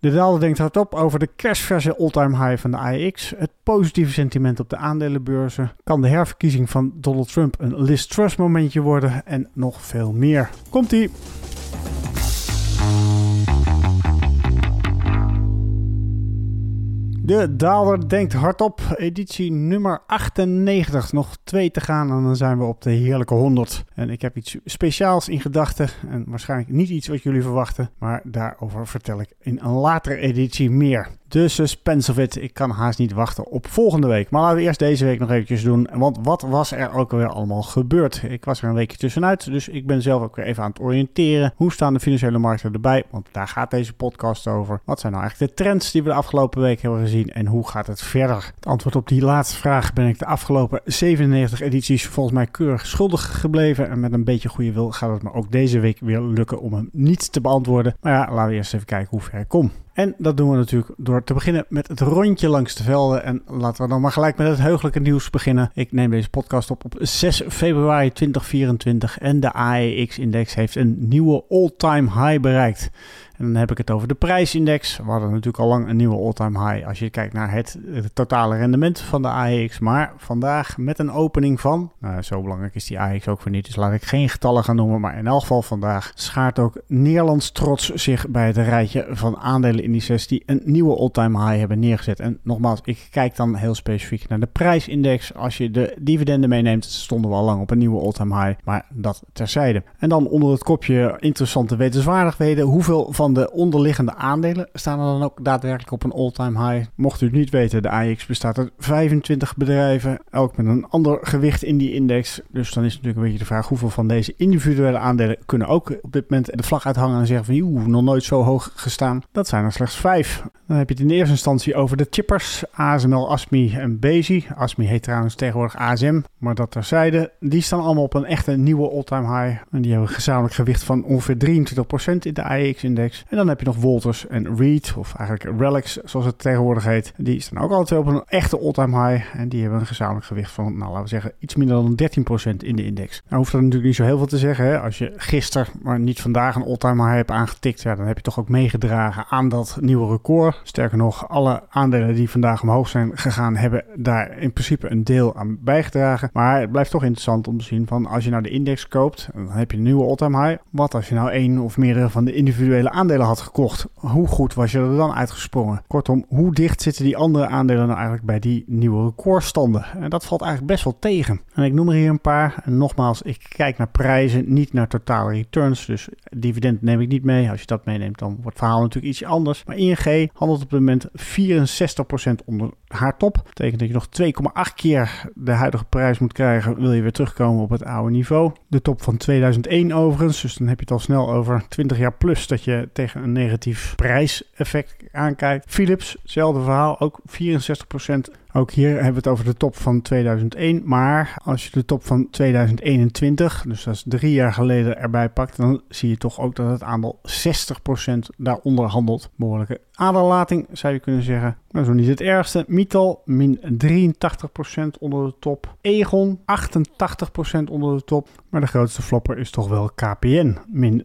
De daalder denkt hardop over de kerstverse all-time high van de AEX. Het positieve sentiment op de aandelenbeurzen. Kan de herverkiezing van Donald Trump een Liz Truss momentje worden? En nog veel meer. Komt-ie! De daalder denkt hardop, editie nummer 98. Nog 2 te gaan en dan zijn we op de heerlijke 100. En ik heb iets speciaals in gedachten en waarschijnlijk niet iets wat jullie verwachten. Maar daarover vertel ik in een latere editie meer. De suspense of it. Ik kan haast niet wachten op volgende week. Maar laten we eerst deze week nog eventjes doen. Want wat was er ook alweer allemaal gebeurd? Ik was er een weekje tussenuit. Dus ik ben zelf ook weer even aan het oriënteren. Hoe staan de financiële markten erbij? Want daar gaat deze podcast over. Wat zijn nou eigenlijk de trends die we de afgelopen week hebben gezien? En hoe gaat het verder? Het antwoord op die laatste vraag ben ik de afgelopen 97 edities volgens mij keurig schuldig gebleven. En met een beetje goede wil gaat het me ook deze week weer lukken om hem niet te beantwoorden. Maar ja, laten we eerst even kijken hoe ver ik kom. En dat doen we natuurlijk door te beginnen met het rondje langs de velden. En laten we dan maar gelijk met het heugelijke nieuws beginnen. Ik neem deze podcast op 6 februari 2024 en de AEX-index heeft een nieuwe all-time high bereikt. En dan heb ik het over de prijsindex. We hadden natuurlijk al lang een nieuwe all-time high als je kijkt naar het totale rendement van de AEX. Maar vandaag met een opening van, zo belangrijk is die AEX ook voor niet, dus laat ik geen getallen gaan noemen. Maar in elk geval vandaag schaart ook Nederlands trots zich bij het rijtje van aandelenindices die een nieuwe all-time high hebben neergezet. En nogmaals, ik kijk dan heel specifiek naar de prijsindex. Als je de dividenden meeneemt, stonden we al lang op een nieuwe all-time high. Maar dat terzijde. En dan onder het kopje interessante wetenswaardigheden. Hoeveel van de onderliggende aandelen staan er dan ook daadwerkelijk op een all-time high? Mocht u het niet weten, de AEX bestaat uit 25 bedrijven, elk met een ander gewicht in die index. Dus dan is natuurlijk een beetje de vraag hoeveel van deze individuele aandelen kunnen ook op dit moment de vlag uithangen en zeggen van nog nooit zo hoog gestaan. Dat zijn er slechts 5. Dan heb je het in de eerste instantie over de chippers, ASML, ASMI en Besi. ASMI heet trouwens tegenwoordig ASM, maar dat terzijde. Die staan allemaal op een echte nieuwe all-time high. En die hebben een gezamenlijk gewicht van ongeveer 23% in de AEX-index. En dan heb je nog Wolters en Reed, of eigenlijk Relics, zoals het tegenwoordig heet. Die staan ook altijd op een echte all-time high. En die hebben een gezamenlijk gewicht van, laten we zeggen, iets minder dan 13% in de index. Nou hoeft dat natuurlijk niet zo heel veel te zeggen. Hè? Als je gisteren, maar niet vandaag, een all-time high hebt aangetikt, ja, dan heb je toch ook meegedragen aan dat nieuwe record. Sterker nog, alle aandelen die vandaag omhoog zijn gegaan, hebben daar in principe een deel aan bijgedragen. Maar het blijft toch interessant om te zien van, als je nou de index koopt, dan heb je een nieuwe all-time high. Wat als je nou één of meerdere van de individuele aandelen had gekocht? Hoe goed was je er dan uitgesprongen? Kortom, hoe dicht zitten die andere aandelen nou eigenlijk bij die nieuwe recordstanden? En dat valt eigenlijk best wel tegen. En ik noem er hier een paar. En nogmaals, ik kijk naar prijzen, niet naar totale returns. Dus dividend neem ik niet mee. Als je dat meeneemt, dan wordt het verhaal natuurlijk iets anders. Maar ING handelt op het moment 64% onder haar top. Dat betekent dat je nog 2,8 keer de huidige prijs moet krijgen, wil je weer terugkomen op het oude niveau. De top van 2001 overigens. Dus dan heb je het al snel over 20 jaar plus dat je tegen een negatief prijseffect aankijkt. Philips, hetzelfde verhaal, ook 64%. Ook hier hebben we het over de top van 2001. Maar als je de top van 2021, dus dat is 3 jaar geleden, erbij pakt, dan zie je toch ook dat het aandeel 60% daaronder handelt. Behoorlijke aderlating zou je kunnen zeggen. Maar zo niet het ergste. Mital, min 83% onder de top. Egon, 88% onder de top. Maar de grootste flopper is toch wel KPN. Min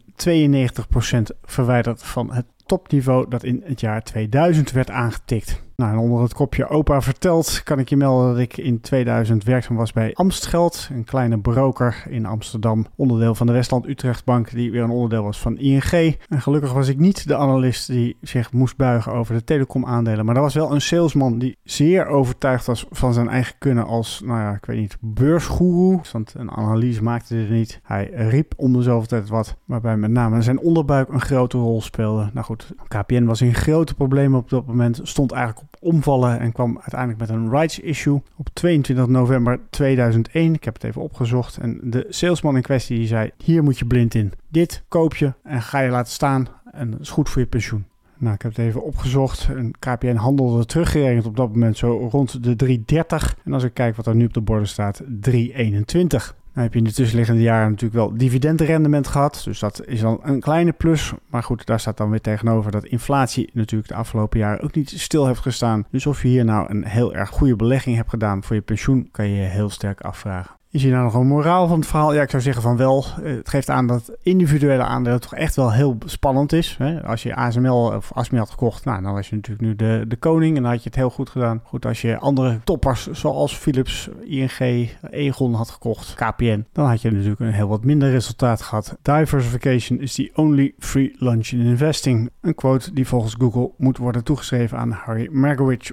92% verwijderd van het topniveau dat in het jaar 2000 werd aangetikt. Nou, en onder het kopje Opa vertelt kan ik je melden dat ik in 2000 werkzaam was bij Amstgeld, een kleine broker in Amsterdam, onderdeel van de Westland-Utrechtbank, die weer een onderdeel was van ING. En gelukkig was ik niet de analist die zich moest buigen over de telecom-aandelen, maar er was wel een salesman die zeer overtuigd was van zijn eigen kunnen als, ik weet niet, beursgoeroe, want een analyse maakte dit niet. Hij riep om de zoveel tijd wat, waarbij met name zijn onderbuik een grote rol speelde. Nou goed, KPN was in grote problemen op dat moment, stond eigenlijk op omvallen en kwam uiteindelijk met een rights issue op 22 november 2001. Ik heb het even opgezocht en de salesman in kwestie die zei, hier moet je blind in. Dit koop je en ga je laten staan en dat is goed voor je pensioen. Nou, ik heb het even opgezocht en KPN handelde teruggerekend op dat moment zo rond de 3,30 en als ik kijk wat er nu op de borden staat, 3,21. Dan heb je in de tussenliggende jaren natuurlijk wel dividendrendement gehad. Dus dat is dan een kleine plus. Maar goed, daar staat dan weer tegenover dat inflatie natuurlijk de afgelopen jaren ook niet stil heeft gestaan. Dus of je hier nou een heel erg goede belegging hebt gedaan voor je pensioen, kan je je heel sterk afvragen. Is hier nou nog een moraal van het verhaal? Ja, ik zou zeggen van wel. Het geeft aan dat individuele aandelen toch echt wel heel spannend is. Hè? Als je ASML of ASMI had gekocht, nou, dan was je natuurlijk nu de koning en dan had je het heel goed gedaan. Goed, als je andere toppers zoals Philips, ING, Aegon had gekocht, KPN, dan had je natuurlijk een heel wat minder resultaat gehad. Diversification is the only free lunch in investing. Een quote die volgens Google moet worden toegeschreven aan Harry Markowitz.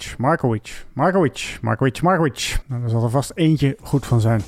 Nou, daar zal er vast eentje goed van zijn.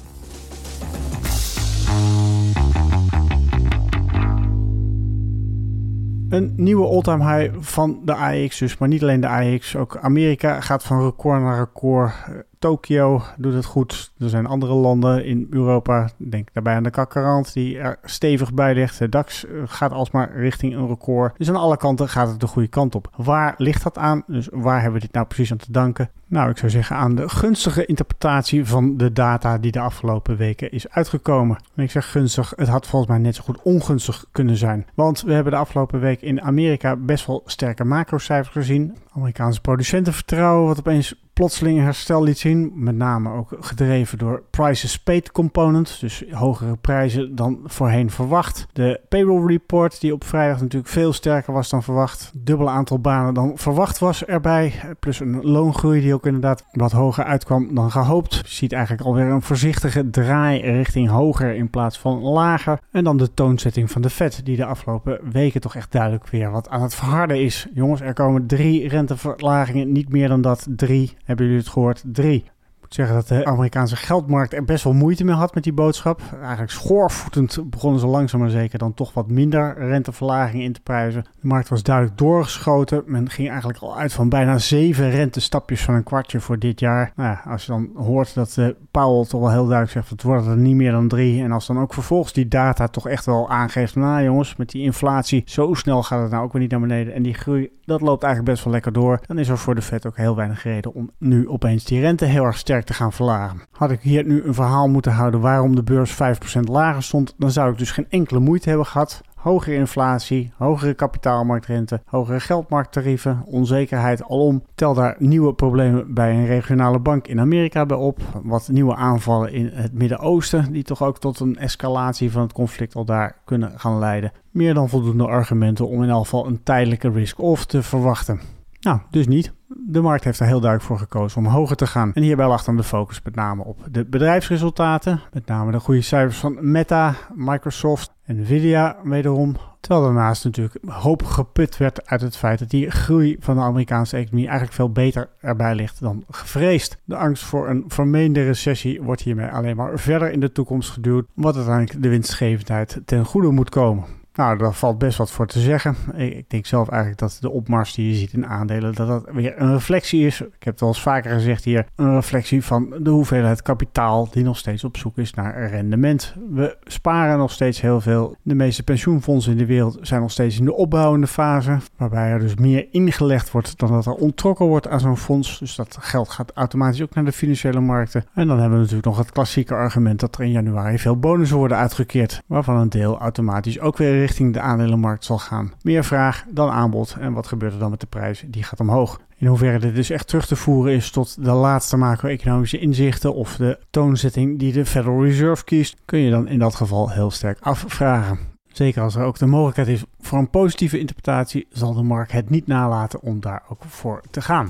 Een nieuwe all-time high van de AEX dus, maar niet alleen de AEX. Ook Amerika gaat van record naar record. Tokio doet het goed. Er zijn andere landen in Europa. Denk daarbij aan de CAC 40 die er stevig bij ligt. De DAX gaat alsmaar richting een record. Dus aan alle kanten gaat het de goede kant op. Waar ligt dat aan? Dus waar hebben we dit nou precies aan te danken? Nou, ik zou zeggen aan de gunstige interpretatie van de data die de afgelopen weken is uitgekomen. En ik zeg gunstig, het had volgens mij net zo goed ongunstig kunnen zijn. Want we hebben de afgelopen week in Amerika best wel sterke macrocijfers gezien. Amerikaanse producentenvertrouwen wat opeens plotseling herstel liet zien. Met name ook gedreven door prices paid component. Dus hogere prijzen dan voorheen verwacht. De payroll report die op vrijdag natuurlijk veel sterker was dan verwacht. Dubbel aantal banen dan verwacht was erbij. Plus een loongroei die ook inderdaad wat hoger uitkwam dan gehoopt. Je ziet eigenlijk alweer een voorzichtige draai richting hoger in plaats van lager. En dan de toonzetting van de Fed die de afgelopen weken toch echt duidelijk weer wat aan het verharden is. Jongens, er komen 3 renteverlagingen, niet meer dan dat. 3. Hebben jullie het gehoord? 3. Ik moet zeggen dat de Amerikaanse geldmarkt er best wel moeite mee had met die boodschap. Eigenlijk schoorvoetend begonnen ze langzaam maar zeker dan toch wat minder renteverlagingen in te prijzen. De markt was duidelijk doorgeschoten. Men ging eigenlijk al uit van bijna 7 rentestapjes van een kwartje voor dit jaar. Nou ja, als je dan hoort dat Powell toch wel heel duidelijk zegt, het wordt er niet meer dan 3. En als dan ook vervolgens die data toch echt wel aangeeft, nou jongens, met die inflatie, zo snel gaat het nou ook weer niet naar beneden. En die groei, dat loopt eigenlijk best wel lekker door. Dan is er voor de Fed ook heel weinig reden om nu opeens die rente heel erg sterk te gaan verlagen. Had ik hier nu een verhaal moeten houden waarom de beurs 5% lager stond, dan zou ik dus geen enkele moeite hebben gehad. Hogere inflatie, hogere kapitaalmarktrente, hogere geldmarkttarieven, onzekerheid alom. Tel daar nieuwe problemen bij een regionale bank in Amerika bij op. Wat nieuwe aanvallen in het Midden-Oosten die toch ook tot een escalatie van het conflict al daar kunnen gaan leiden. Meer dan voldoende argumenten om in elk geval een tijdelijke risk-off te verwachten. Nou, dus niet. De markt heeft er heel duidelijk voor gekozen om hoger te gaan. En hierbij lag dan de focus met name op de bedrijfsresultaten. Met name de goede cijfers van Meta, Microsoft, Nvidia wederom. Terwijl daarnaast natuurlijk hoop geput werd uit het feit dat die groei van de Amerikaanse economie eigenlijk veel beter erbij ligt dan gevreesd. De angst voor een vermeende recessie wordt hiermee alleen maar verder in de toekomst geduwd, wat uiteindelijk de winstgevendheid ten goede moet komen. Nou, daar valt best wat voor te zeggen. Ik denk zelf eigenlijk dat de opmars die je ziet in aandelen, dat weer een reflectie is. Ik heb het al eens vaker gezegd hier, een reflectie van de hoeveelheid kapitaal die nog steeds op zoek is naar rendement. We sparen nog steeds heel veel. De meeste pensioenfondsen in de wereld zijn nog steeds in de opbouwende fase, waarbij er dus meer ingelegd wordt dan dat er onttrokken wordt aan zo'n fonds. Dus dat geld gaat automatisch ook naar de financiële markten. En dan hebben we natuurlijk nog het klassieke argument dat er in januari veel bonussen worden uitgekeerd, waarvan een deel automatisch ook weer richting de aandelenmarkt zal gaan. Meer vraag dan aanbod. En wat gebeurt er dan met de prijs? Die gaat omhoog. In hoeverre dit dus echt terug te voeren is tot de laatste macro-economische inzichten of de toonzetting die de Federal Reserve kiest, kun je dan in dat geval heel sterk afvragen. Zeker als er ook de mogelijkheid is voor een positieve interpretatie, zal de markt het niet nalaten om daar ook voor te gaan.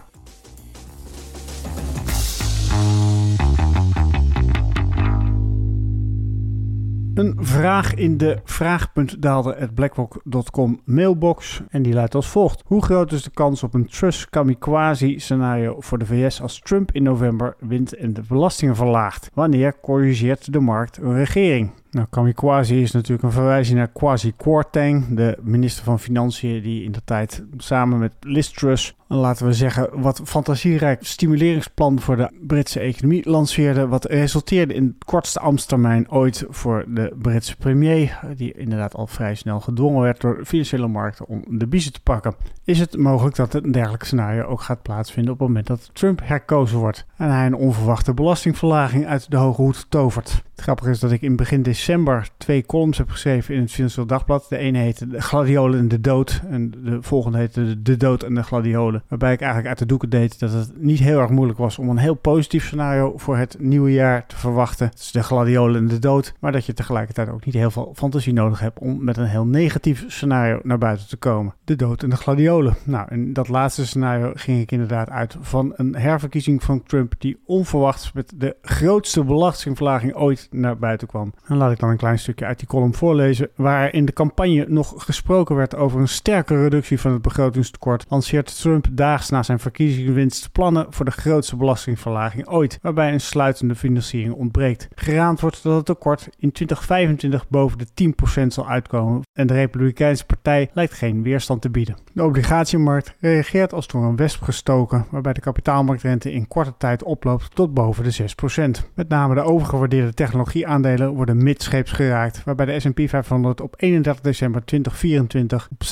Een vraag in de vraag.daalde@blackrock.com mailbox en die luidt als volgt. Hoe groot is de kans op een Truss kamikaze scenario voor de VS als Trump in november wint en de belastingen verlaagt? Wanneer corrigeert de markt een regering? Nou, kamikaze is natuurlijk een verwijzing naar Kwasi Kwarteng, de minister van Financiën die in de tijd samen met Liz Truss, laten we zeggen, wat fantasierijk stimuleringsplan voor de Britse economie lanceerde, wat resulteerde in het kortste ambtstermijn ooit voor de Britse premier, die inderdaad al vrij snel gedwongen werd door financiële markten om de biezen te pakken. Is het mogelijk dat een dergelijk scenario ook gaat plaatsvinden op het moment dat Trump herkozen wordt en hij een onverwachte belastingverlaging uit de hoge hoed tovert? Het grappige is dat ik in begin december 2 columns heb geschreven in het Financieel Dagblad. De ene heette De Gladiolen en de Dood en de volgende heette De Dood en de Gladiolen. waarbij ik eigenlijk uit de doeken deed dat het niet heel erg moeilijk was om een heel positief scenario voor het nieuwe jaar te verwachten. Het is de gladiolen en de dood, maar dat je tegelijkertijd ook niet heel veel fantasie nodig hebt om met een heel negatief scenario naar buiten te komen. De dood en de gladiolen. Nou, in dat laatste scenario ging ik inderdaad uit van een herverkiezing van Trump die onverwachts met de grootste belastingverlaging ooit naar buiten kwam. En laat ik dan een klein stukje uit die column voorlezen, waar in de campagne nog gesproken werd over een sterke reductie van het begrotingstekort, lanceert Trump daags na zijn verkiezingswinst plannen voor de grootste belastingverlaging ooit, waarbij een sluitende financiering ontbreekt. Geraamd wordt dat het tekort in 2025 boven de 10% zal uitkomen en de Republikeinse partij lijkt geen weerstand te bieden. De obligatiemarkt reageert als door een wesp gestoken, waarbij de kapitaalmarktrente in korte tijd oploopt tot boven de 6%. Met name de overgewaardeerde technologieaandelen worden midscheeps geraakt, waarbij de S&P 500 op 31 december 2024 op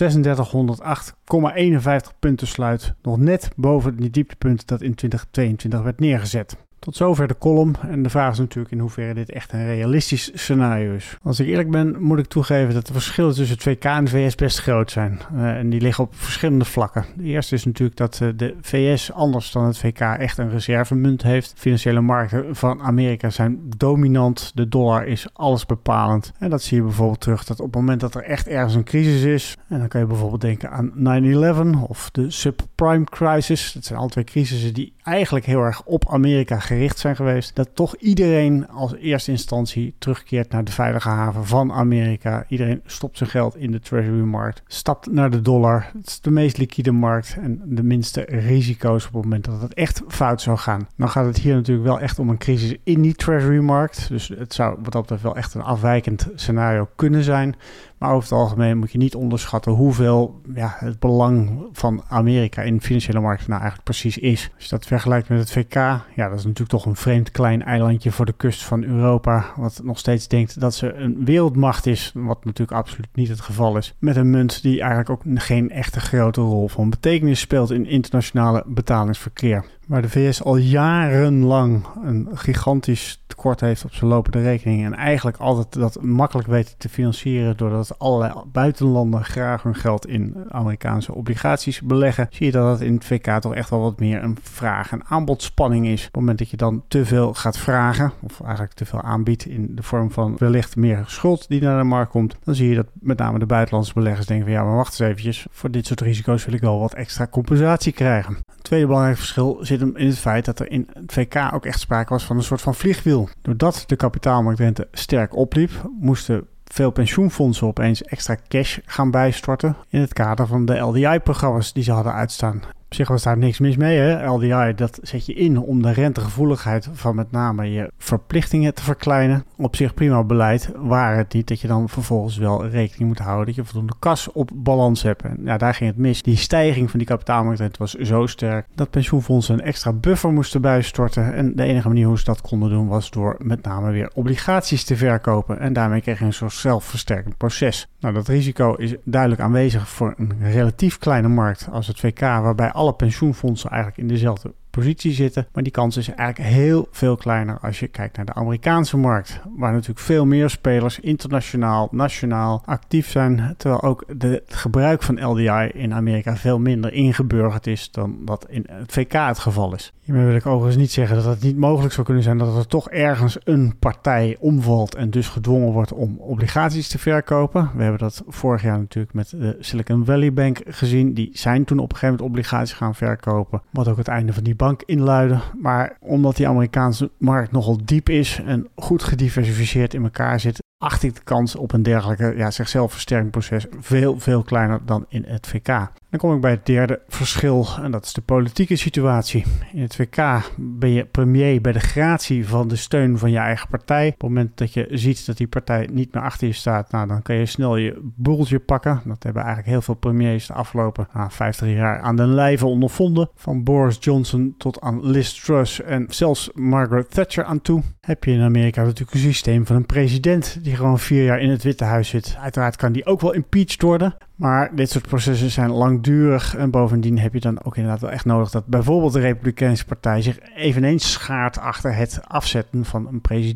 3608,51 punten sluit, nog net boven het dieptepunt dat in 2022 werd neergezet. Tot zover de column en de vraag is natuurlijk in hoeverre dit echt een realistisch scenario is. Als ik eerlijk ben, moet ik toegeven dat de verschillen tussen het VK en de VS best groot zijn. En die liggen op verschillende vlakken. De eerste is natuurlijk dat de VS anders dan het VK echt een reservemunt heeft. De financiële markten van Amerika zijn dominant. De dollar is alles bepalend. En dat zie je bijvoorbeeld terug dat op het moment dat er echt ergens een crisis is, en dan kan je bijvoorbeeld denken aan 9/11 of de subprime crisis. Dat zijn al twee crisissen die eigenlijk heel erg op Amerika gericht zijn geweest, dat toch iedereen als eerste instantie terugkeert naar de veilige haven van Amerika. Iedereen stopt zijn geld in de treasury-markt, stapt naar de dollar. Het is de meest liquide markt en de minste risico's op het moment dat het echt fout zou gaan. Dan gaat het hier natuurlijk wel echt om een crisis in die treasury-markt. Dus het zou wat dat betreft wel echt een afwijkend scenario kunnen zijn. Maar over het algemeen moet je niet onderschatten hoeveel het belang van Amerika in de financiële markten nou eigenlijk precies is. Als je dat vergelijkt met het VK, dat is natuurlijk toch een vreemd klein eilandje voor de kust van Europa, wat nog steeds denkt dat ze een wereldmacht is, wat natuurlijk absoluut niet het geval is. Met een munt die eigenlijk ook geen echte grote rol van betekenis speelt in internationale betalingsverkeer. Waar de VS al jarenlang een gigantisch tekort heeft op zijn lopende rekening en eigenlijk altijd dat makkelijk weet te financieren doordat allerlei buitenlanden graag hun geld in Amerikaanse obligaties beleggen, zie je dat het in het VK toch echt wel wat meer een vraag- en aanbodspanning is. Op het moment dat je dan te veel gaat vragen, of eigenlijk te veel aanbiedt in de vorm van wellicht meer schuld die naar de markt komt, dan zie je dat met name de buitenlandse beleggers denken van maar wacht eens eventjes, voor dit soort risico's wil ik wel wat extra compensatie krijgen. Het tweede belangrijk verschil zit hem in het feit dat er in het VK ook echt sprake was van een soort van vliegwiel. Doordat de kapitaalmarktrente sterk opliep, moesten veel pensioenfondsen opeens extra cash gaan bijstorten in het kader van de LDI-programma's die ze hadden uitstaan. Op zich was daar niks mis mee, hè? LDI, dat zet je in om de rentegevoeligheid van met name je verplichtingen te verkleinen. Op zich prima beleid, waar het niet dat je dan vervolgens wel rekening moet houden dat je voldoende kas op balans hebt. En daar ging het mis. Die stijging van die kapitaalmarktrente was zo sterk dat pensioenfondsen een extra buffer moesten bijstorten. En de enige manier hoe ze dat konden doen was door met name weer obligaties te verkopen. En daarmee kreeg je een soort zelfversterkend proces. Nou, dat risico is duidelijk aanwezig voor een relatief kleine markt als het VK, waarbij alle pensioenfondsen eigenlijk in dezelfde positie zitten. Maar die kans is eigenlijk heel veel kleiner als je kijkt naar de Amerikaanse markt, waar natuurlijk veel meer spelers internationaal, nationaal actief zijn, terwijl ook het gebruik van LDI in Amerika veel minder ingeburgerd is dan dat in het VK het geval is. Hiermee wil ik overigens niet zeggen dat het niet mogelijk zou kunnen zijn dat er toch ergens een partij omvalt en dus gedwongen wordt om obligaties te verkopen. We hebben dat vorig jaar natuurlijk met de Silicon Valley Bank gezien. Die zijn toen op een gegeven moment obligaties gaan verkopen, wat ook het einde van die bank inluiden. Maar omdat die Amerikaanse markt nogal diep is en goed gediversifieerd in elkaar zit, acht ik de kans op een dergelijke zichzelf versterkend proces veel kleiner dan in het VK. Dan kom ik bij het derde verschil en dat is de politieke situatie. In het VK ben je premier bij de gratie van de steun van je eigen partij. Op het moment dat je ziet dat die partij niet meer achter je staat, dan kan je snel je boeltje pakken. Dat hebben eigenlijk heel veel premiers de afgelopen 50 jaar aan den lijve ondervonden. Van Boris Johnson tot aan Liz Truss en zelfs Margaret Thatcher aan toe. Heb je in Amerika natuurlijk een systeem van een president die gewoon 4 jaar in het Witte Huis zit. Uiteraard kan die ook wel impeached worden. Maar dit soort processen zijn langdurig en bovendien heb je dan ook inderdaad wel echt nodig dat bijvoorbeeld de Republikeinse partij zich eveneens schaart achter het afzetten van een president.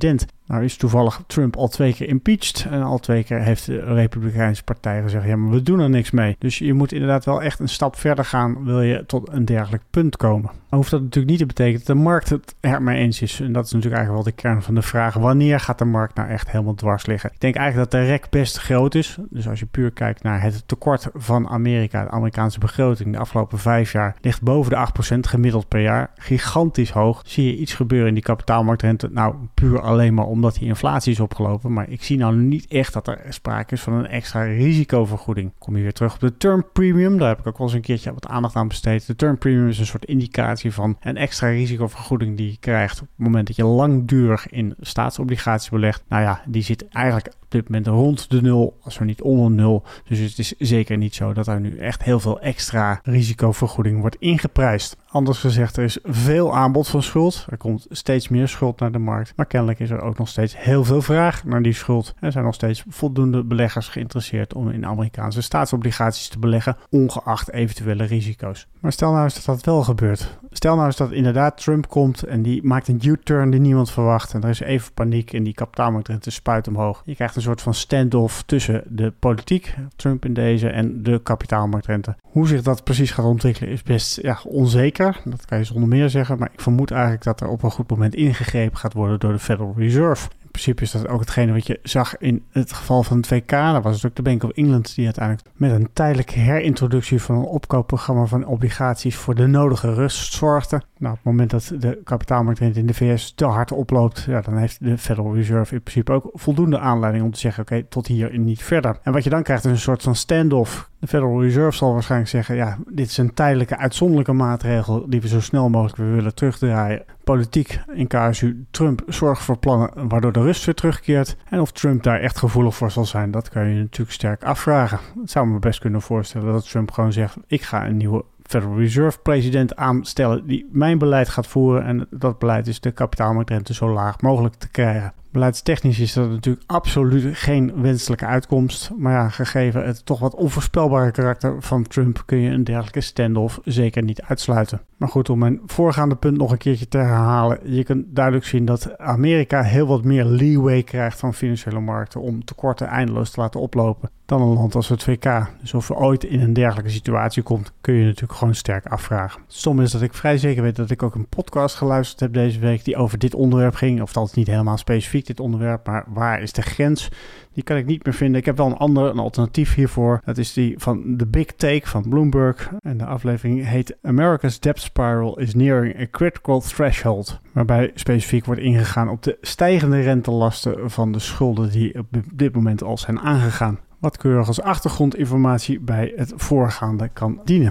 Nou is toevallig Trump al 2 keer impeached en al 2 keer heeft de Republikeinse partij gezegd, ja, maar we doen er niks mee. Dus je moet inderdaad wel echt een stap verder gaan, wil je tot een dergelijk punt komen. Dan hoeft dat natuurlijk niet te betekenen dat de markt het ermee eens is. En dat is natuurlijk eigenlijk wel de kern van de vraag. Wanneer gaat de markt nou echt helemaal dwars liggen? Ik denk eigenlijk dat de rek best groot is. Dus als je puur kijkt naar het tekort van Amerika, de Amerikaanse begroting de afgelopen 5 jaar ligt boven de 8% gemiddeld per jaar. Gigantisch hoog. Zie je iets gebeuren in die kapitaalmarktrente? Nou, puur alleen maar omdat die inflatie is opgelopen. Maar ik zie nou niet echt dat er sprake is van een extra risicovergoeding. Kom je weer terug op de term premium. Daar heb ik ook wel eens een keertje wat aandacht aan besteed. De term premium is een soort indicatie van een extra risicovergoeding die je krijgt op het moment dat je langdurig in staatsobligaties belegt. Nou ja, die zit eigenlijk op dit moment rond de 0, als we niet onder 0. Dus het is zeker niet zo dat er nu echt heel veel extra risicovergoeding wordt ingeprijsd. Anders gezegd, er is veel aanbod van schuld. Er komt steeds meer schuld naar de markt. Maar kennelijk is er ook nog steeds heel veel vraag naar die schuld. Er zijn nog steeds voldoende beleggers geïnteresseerd om in Amerikaanse staatsobligaties te beleggen, ongeacht eventuele risico's. Maar stel nou eens dat dat wel gebeurt. Stel nou eens dat inderdaad Trump komt en die maakt een U-turn die niemand verwacht. En er is even paniek en die kapitaalmarktrente spuit omhoog. Je krijgt een soort van standoff tussen de politiek, Trump in deze, en de kapitaalmarktrente. Hoe zich dat precies gaat ontwikkelen is best onzeker. Dat kan je zonder meer zeggen. Maar ik vermoed eigenlijk dat er op een goed moment ingegrepen gaat worden door de Federal Reserve. In principe is dat ook hetgene wat je zag in het geval van het WK. Daar was het ook de Bank of England die uiteindelijk met een tijdelijke herintroductie van een opkoopprogramma van obligaties voor de nodige rust zorgde. Nou, op het moment dat de kapitaalmarktrente in de VS te hard oploopt, ja, dan heeft de Federal Reserve in principe ook voldoende aanleiding om te zeggen, oké, tot hier en niet verder. En wat je dan krijgt is een soort van standoff. De Federal Reserve zal waarschijnlijk zeggen, ja, dit is een tijdelijke uitzonderlijke maatregel die we zo snel mogelijk weer willen terugdraaien. Politiek in casu Trump zorgt voor plannen waardoor de rust weer terugkeert. En of Trump daar echt gevoelig voor zal zijn, dat kan je natuurlijk sterk afvragen. Het zou me best kunnen voorstellen dat Trump gewoon zegt, ik ga een nieuwe Federal Reserve president aanstellen die mijn beleid gaat voeren. En dat beleid is de kapitaalmarktrente zo laag mogelijk te krijgen. Beleidstechnisch is dat natuurlijk absoluut geen wenselijke uitkomst. Maar ja, gegeven het toch wat onvoorspelbare karakter van Trump kun je een dergelijke standoff zeker niet uitsluiten. Maar goed, om mijn voorgaande punt nog een keertje te herhalen. Je kunt duidelijk zien dat Amerika heel wat meer leeway krijgt van financiële markten om tekorten eindeloos te laten oplopen dan een land als het VK. Dus of er ooit in een dergelijke situatie komt, kun je natuurlijk gewoon sterk afvragen. Stom is dat ik vrij zeker weet dat ik ook een podcast geluisterd heb deze week die over dit onderwerp ging. Of dat is niet helemaal specifiek dit onderwerp, maar waar is de grens? Die kan ik niet meer vinden. Ik heb wel een alternatief hiervoor. Dat is die van The Big Take van Bloomberg. En de aflevering heet America's Debt Spiral is Nearing a Critical Threshold. Waarbij specifiek wordt ingegaan op de stijgende rentelasten van de schulden die op dit moment al zijn aangegaan. Wat keurig als achtergrondinformatie bij het voorgaande kan dienen.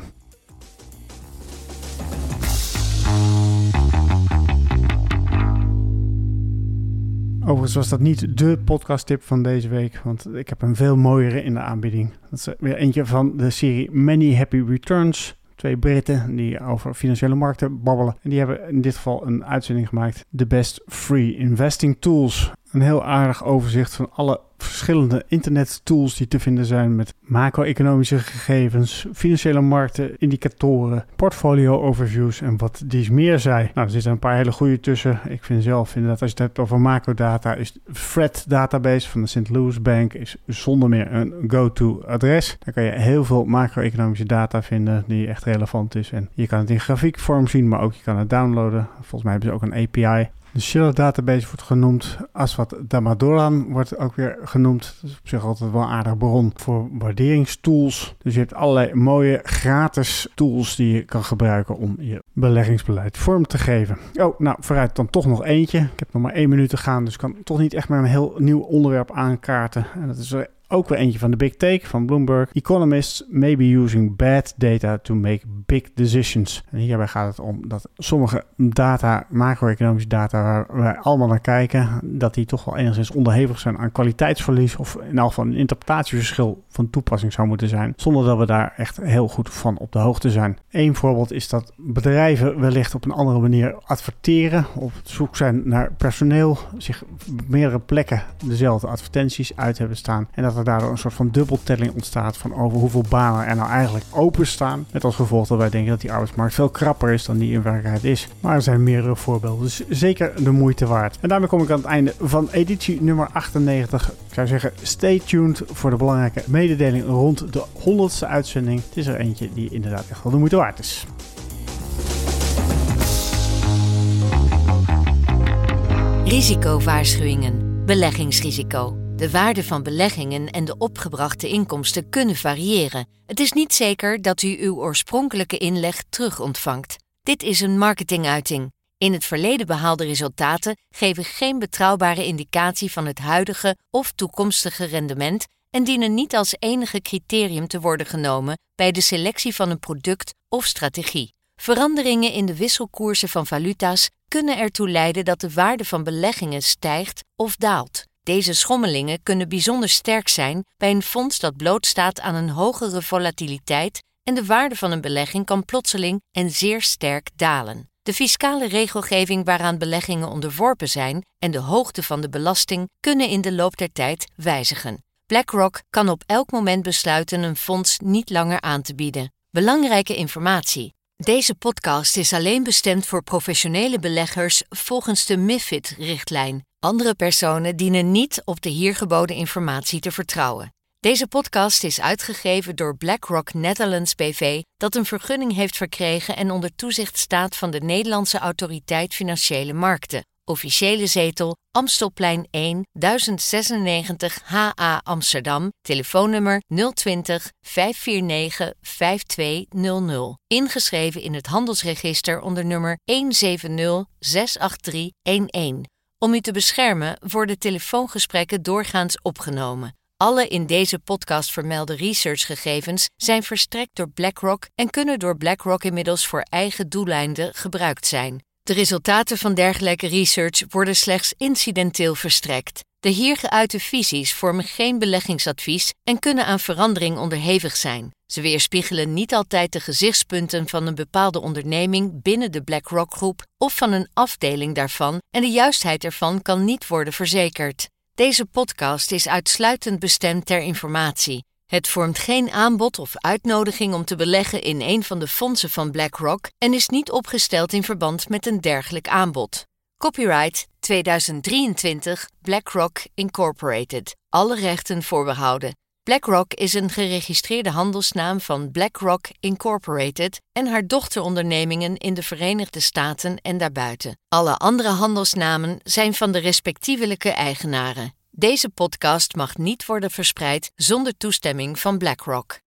Overigens was dat niet de podcasttip van deze week, want ik heb een veel mooiere in de aanbieding. Dat is weer eentje van de serie Many Happy Returns. 2 Britten die over financiële markten babbelen. En die hebben in dit geval een uitzending gemaakt. The Best Free Investing Tools. Een heel aardig overzicht van alle verschillende internettools die te vinden zijn met macro-economische gegevens, financiële markten, indicatoren, portfolio-overviews en wat dies meer zij. Nou, er zitten een paar hele goede tussen. Ik vind zelf inderdaad, als je het hebt over macrodata, is de FRED database van de St. Louis Bank is zonder meer een go-to-adres. Daar kan je heel veel macro-economische data vinden die echt relevant is. En je kan het in grafiekvorm zien, maar ook je kan het downloaden. Volgens mij hebben ze ook een API. De Schiller database wordt genoemd. Aswat Damodaran wordt ook weer genoemd. Dat is op zich altijd wel een aardige bron voor waarderingstools. Dus je hebt allerlei mooie gratis tools die je kan gebruiken om je beleggingsbeleid vorm te geven. Oh, nou vooruit dan toch nog eentje. Ik heb nog maar 1 minuut te gaan, dus ik kan toch niet echt maar een heel nieuw onderwerp aankaarten. En dat is ook weer eentje van de Big Take van Bloomberg. Economists may be using bad data to make big decisions. En hierbij gaat het om dat sommige data, macro-economische data waar wij allemaal naar kijken, dat die toch wel enigszins onderhevig zijn aan kwaliteitsverlies of in elk geval een interpretatieverschil van toepassing zou moeten zijn, zonder dat we daar echt heel goed van op de hoogte zijn. Eén voorbeeld is dat bedrijven wellicht op een andere manier adverteren, op zoek zijn naar personeel, zich op meerdere plekken dezelfde advertenties uit hebben staan en dat er er daardoor een soort van dubbeltelling ontstaat van over hoeveel banen er nou eigenlijk openstaan. Met als gevolg dat wij denken dat die arbeidsmarkt veel krapper is dan die in werkelijkheid is. Maar er zijn meerdere voorbeelden, dus zeker de moeite waard. En daarmee kom ik aan het einde van editie nummer 98. Ik zou zeggen, stay tuned voor de belangrijke mededeling rond de 100ste uitzending. Het is er eentje die inderdaad echt wel de moeite waard is. Risicowaarschuwingen. Beleggingsrisico. De waarde van beleggingen en de opgebrachte inkomsten kunnen variëren. Het is niet zeker dat u uw oorspronkelijke inleg terug ontvangt. Dit is een marketinguiting. In het verleden behaalde resultaten geven geen betrouwbare indicatie van het huidige of toekomstige rendement en dienen niet als enige criterium te worden genomen bij de selectie van een product of strategie. Veranderingen in de wisselkoersen van valuta's kunnen ertoe leiden dat de waarde van beleggingen stijgt of daalt. Deze schommelingen kunnen bijzonder sterk zijn bij een fonds dat blootstaat aan een hogere volatiliteit en de waarde van een belegging kan plotseling en zeer sterk dalen. De fiscale regelgeving waaraan beleggingen onderworpen zijn en de hoogte van de belasting kunnen in de loop der tijd wijzigen. BlackRock kan op elk moment besluiten een fonds niet langer aan te bieden. Belangrijke informatie. Deze podcast is alleen bestemd voor professionele beleggers volgens de MiFID-richtlijn. Andere personen dienen niet op de hier geboden informatie te vertrouwen. Deze podcast is uitgegeven door BlackRock Netherlands BV, dat een vergunning heeft verkregen en onder toezicht staat van de Nederlandse Autoriteit Financiële Markten. Officiële zetel Amstelplein 1, 1096 HA Amsterdam, telefoonnummer 020 549 5200. Ingeschreven in het handelsregister onder nummer 170-68311. Om u te beschermen worden telefoongesprekken doorgaans opgenomen. Alle in deze podcast vermelde researchgegevens zijn verstrekt door BlackRock en kunnen door BlackRock inmiddels voor eigen doeleinden gebruikt zijn. De resultaten van dergelijke research worden slechts incidenteel verstrekt. De hier geuite visies vormen geen beleggingsadvies en kunnen aan verandering onderhevig zijn. Ze weerspiegelen niet altijd de gezichtspunten van een bepaalde onderneming binnen de BlackRock-groep of van een afdeling daarvan en de juistheid ervan kan niet worden verzekerd. Deze podcast is uitsluitend bestemd ter informatie. Het vormt geen aanbod of uitnodiging om te beleggen in een van de fondsen van BlackRock en is niet opgesteld in verband met een dergelijk aanbod. Copyright 2023 BlackRock Incorporated. Alle rechten voorbehouden. BlackRock is een geregistreerde handelsnaam van BlackRock Incorporated en haar dochterondernemingen in de Verenigde Staten en daarbuiten. Alle andere handelsnamen zijn van de respectievelijke eigenaren. Deze podcast mag niet worden verspreid zonder toestemming van BlackRock.